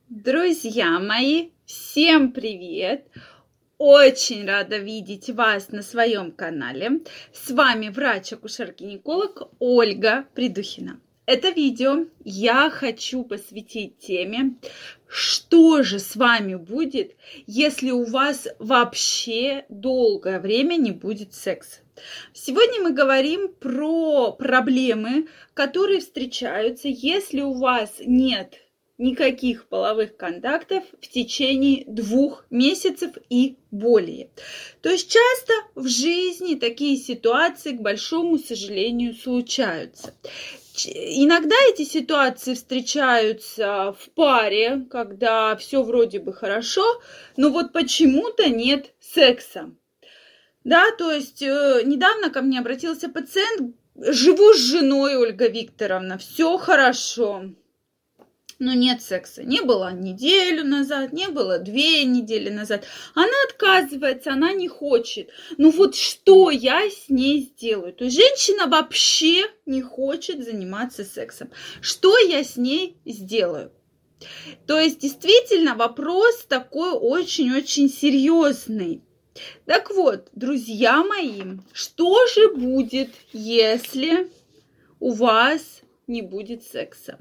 Друзья мои, всем привет! Очень рада видеть вас на своем канале. С вами врач-акушер-гинеколог Ольга Придухина. Это видео я хочу посвятить теме, что же с вами будет, если у вас вообще долгое время не будет секса. Сегодня мы говорим про проблемы, которые встречаются, если у вас нет никаких половых контактов в течение 2 месяцев и более. То есть часто в жизни такие ситуации, к большому сожалению, случаются. Иногда эти ситуации встречаются в паре, когда все вроде бы хорошо, но вот почему-то нет секса. Да, то есть недавно ко мне обратился пациент: живу с женой, Ольга Викторовна, все хорошо. Но нет секса. Не было неделю назад, не было 2 недели назад. Она отказывается, она не хочет. Ну вот что я с ней сделаю? То есть женщина вообще не хочет заниматься сексом. Что я с ней сделаю? То есть действительно вопрос такой очень-очень серьезный. Так вот, друзья мои, что же будет, если у вас не будет секса?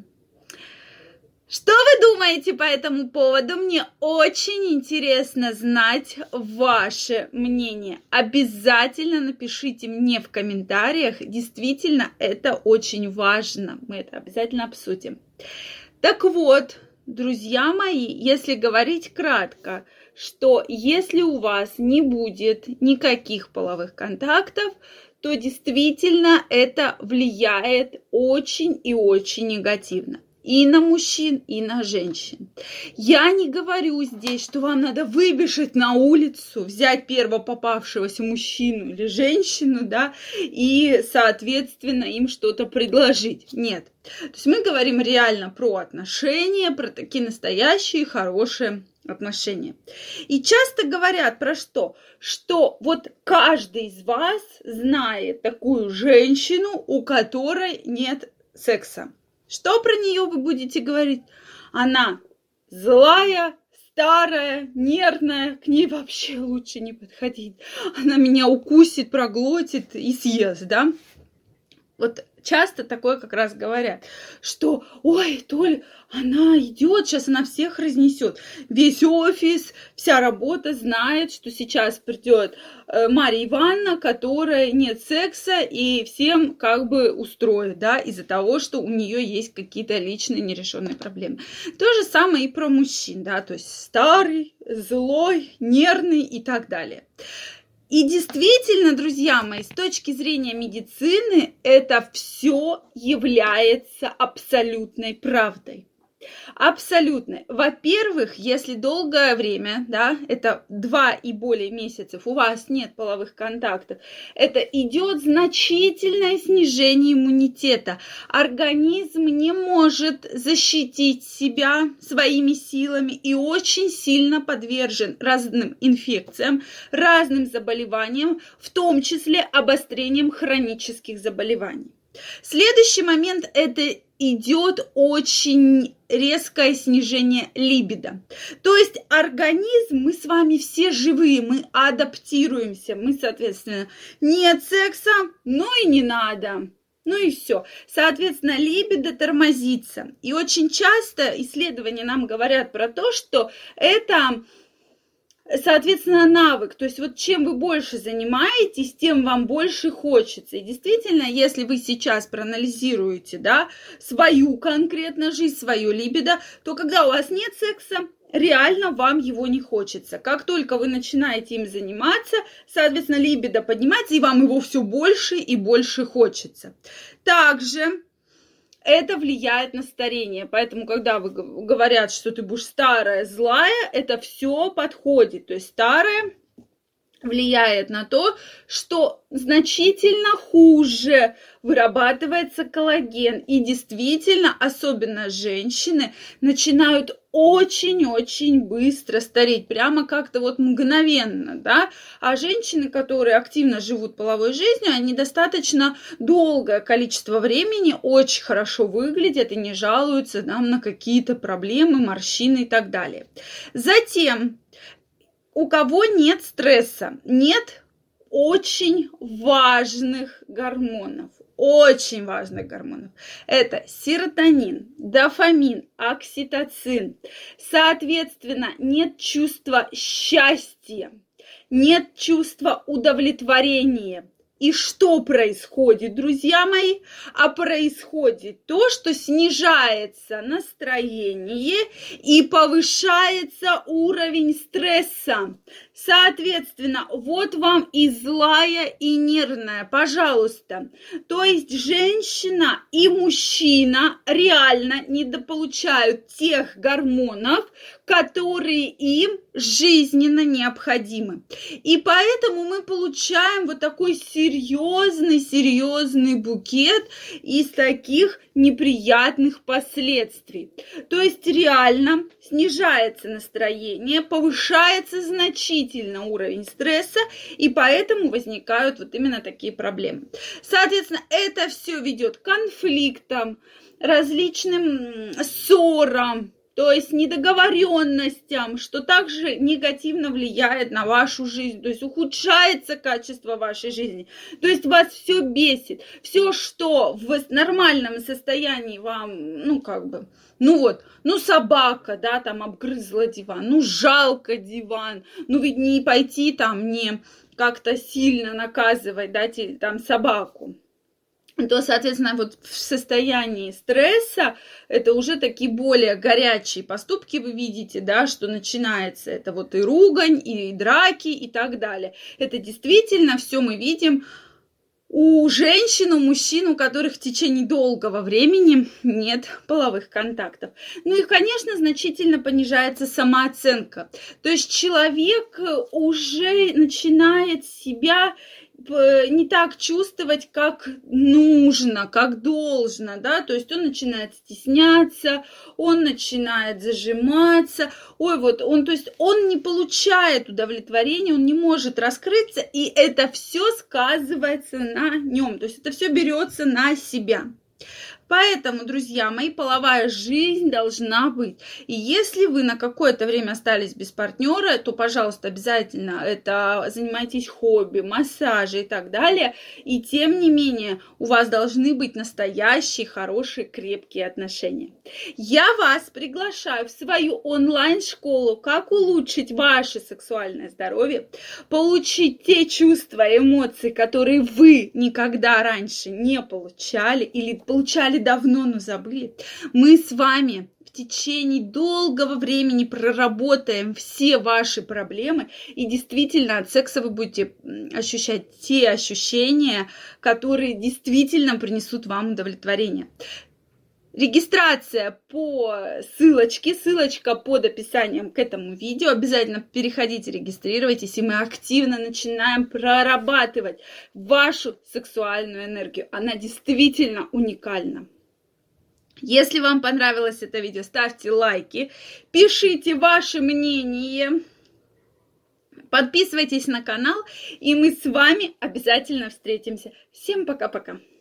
Что вы думаете по этому поводу? Мне очень интересно знать ваше мнение. Обязательно напишите мне в комментариях. Действительно, это очень важно. Мы это обязательно обсудим. Так вот, друзья мои, если говорить кратко, что если у вас не будет никаких половых контактов, то действительно это влияет очень и очень негативно. И на мужчин, и на женщин. Я не говорю здесь, что вам надо выбежать на улицу, взять первого попавшегося мужчину или женщину, да, и, соответственно, им что-то предложить. Нет. То есть мы говорим реально про отношения, про такие настоящие хорошие отношения. И часто говорят про что? Что вот каждый из вас знает такую женщину, у которой нет секса. Что про нее вы будете говорить? Она злая, старая, нервная, к ней вообще лучше не подходить. Она меня укусит, проглотит и съест, да? Вот часто такое как раз говорят, что ой, Толь, она идет, сейчас она всех разнесет. Весь офис, вся работа знает, что сейчас придет Марья Ивановна, которой нет секса, и всем как бы устроит, да, из-за того, что у нее есть какие-то личные нерешенные проблемы. То же самое и про мужчин, да, то есть старый, злой, нервный и так далее. И действительно, друзья мои, с точки зрения медицины, это все является абсолютной правдой. Абсолютно. Во-первых, если долгое время, да, это 2 и более месяцев, у вас нет половых контактов, это идет значительное снижение иммунитета. Организм не может защитить себя своими силами и очень сильно подвержен разным инфекциям, разным заболеваниям, в том числе обострением хронических заболеваний. Следующий момент – это идет очень резкое снижение либидо. То есть организм, мы с вами все живые, мы адаптируемся, мы, соответственно, нет секса, ну и не надо. Ну и все. Соответственно, либидо тормозится. И очень часто исследования нам говорят про то, что это... Соответственно, навык, то есть вот чем вы больше занимаетесь, тем вам больше хочется. И действительно, если вы сейчас проанализируете, да, свою конкретно жизнь, свою либидо, то когда у вас нет секса, реально вам его не хочется. Как только вы начинаете им заниматься, соответственно, либидо поднимается, и вам его все больше и больше хочется. Также это влияет на старение, поэтому, когда вы говорят, что ты будешь старая, злая, это все подходит. То есть старая, влияет на то, что значительно хуже вырабатывается коллаген. И действительно, особенно женщины, начинают очень-очень быстро стареть, прямо как-то вот мгновенно, да, а женщины, которые активно живут половой жизнью, они достаточно долгое количество времени очень хорошо выглядят и не жалуются нам на какие-то проблемы, морщины и так далее. Затем, у кого нет стресса, нет очень важных гормонов. Очень важных гормонов. Это серотонин, дофамин, окситоцин. Соответственно, нет чувства счастья, нет чувства удовлетворения. И что происходит, друзья мои? А происходит то, что снижается настроение и повышается уровень стресса. Соответственно, вот вам и злая, и нервная, пожалуйста. То есть женщина и мужчина реально недополучают тех гормонов, которые им жизненно необходимы. И поэтому мы получаем вот такой серьезный букет из таких неприятных последствий. То есть реально снижается настроение, повышается значительно уровень стресса, и поэтому возникают вот именно такие проблемы. Соответственно, это все ведет к конфликтам, различным ссорам, то есть недоговоренностям, что также негативно влияет на вашу жизнь, то есть ухудшается качество вашей жизни, то есть вас все бесит, все, что в нормальном состоянии вам, собака, да, там обгрызла диван, жалко диван, ведь не пойти там, не как-то сильно наказывать, да, там собаку. То, соответственно, вот в состоянии стресса это уже такие более горячие поступки вы видите, да, что начинается это вот и ругань, и драки, и так далее. Это действительно все мы видим у женщин, у мужчин, у которых в течение долгого времени нет половых контактов. И, конечно, значительно понижается самооценка. То есть человек уже начинает себя не так чувствовать, как нужно, как должно, да, то есть он начинает стесняться, он начинает зажиматься, то есть он не получает удовлетворения, он не может раскрыться, и это все сказывается на нем, то есть это все берется на себя. Поэтому, друзья мои, половая жизнь должна быть. И если вы на какое-то время остались без партнера, то, пожалуйста, обязательно занимайтесь хобби, массажи и так далее. И тем не менее, у вас должны быть настоящие, хорошие, крепкие отношения. Я вас приглашаю в свою онлайн-школу «Как улучшить ваше сексуальное здоровье», получить те чувства, эмоции, которые вы никогда раньше не получали или получали давно, но забыли. Мы с вами в течение долгого времени проработаем все ваши проблемы, и действительно от секса вы будете ощущать те ощущения, которые действительно принесут вам удовлетворение. Регистрация по ссылочка под описанием к этому видео. Обязательно переходите, регистрируйтесь, и мы активно начинаем прорабатывать вашу сексуальную энергию. Она действительно уникальна. Если вам понравилось это видео, ставьте лайки, пишите ваше мнение, подписывайтесь на канал, и мы с вами обязательно встретимся. Всем пока-пока!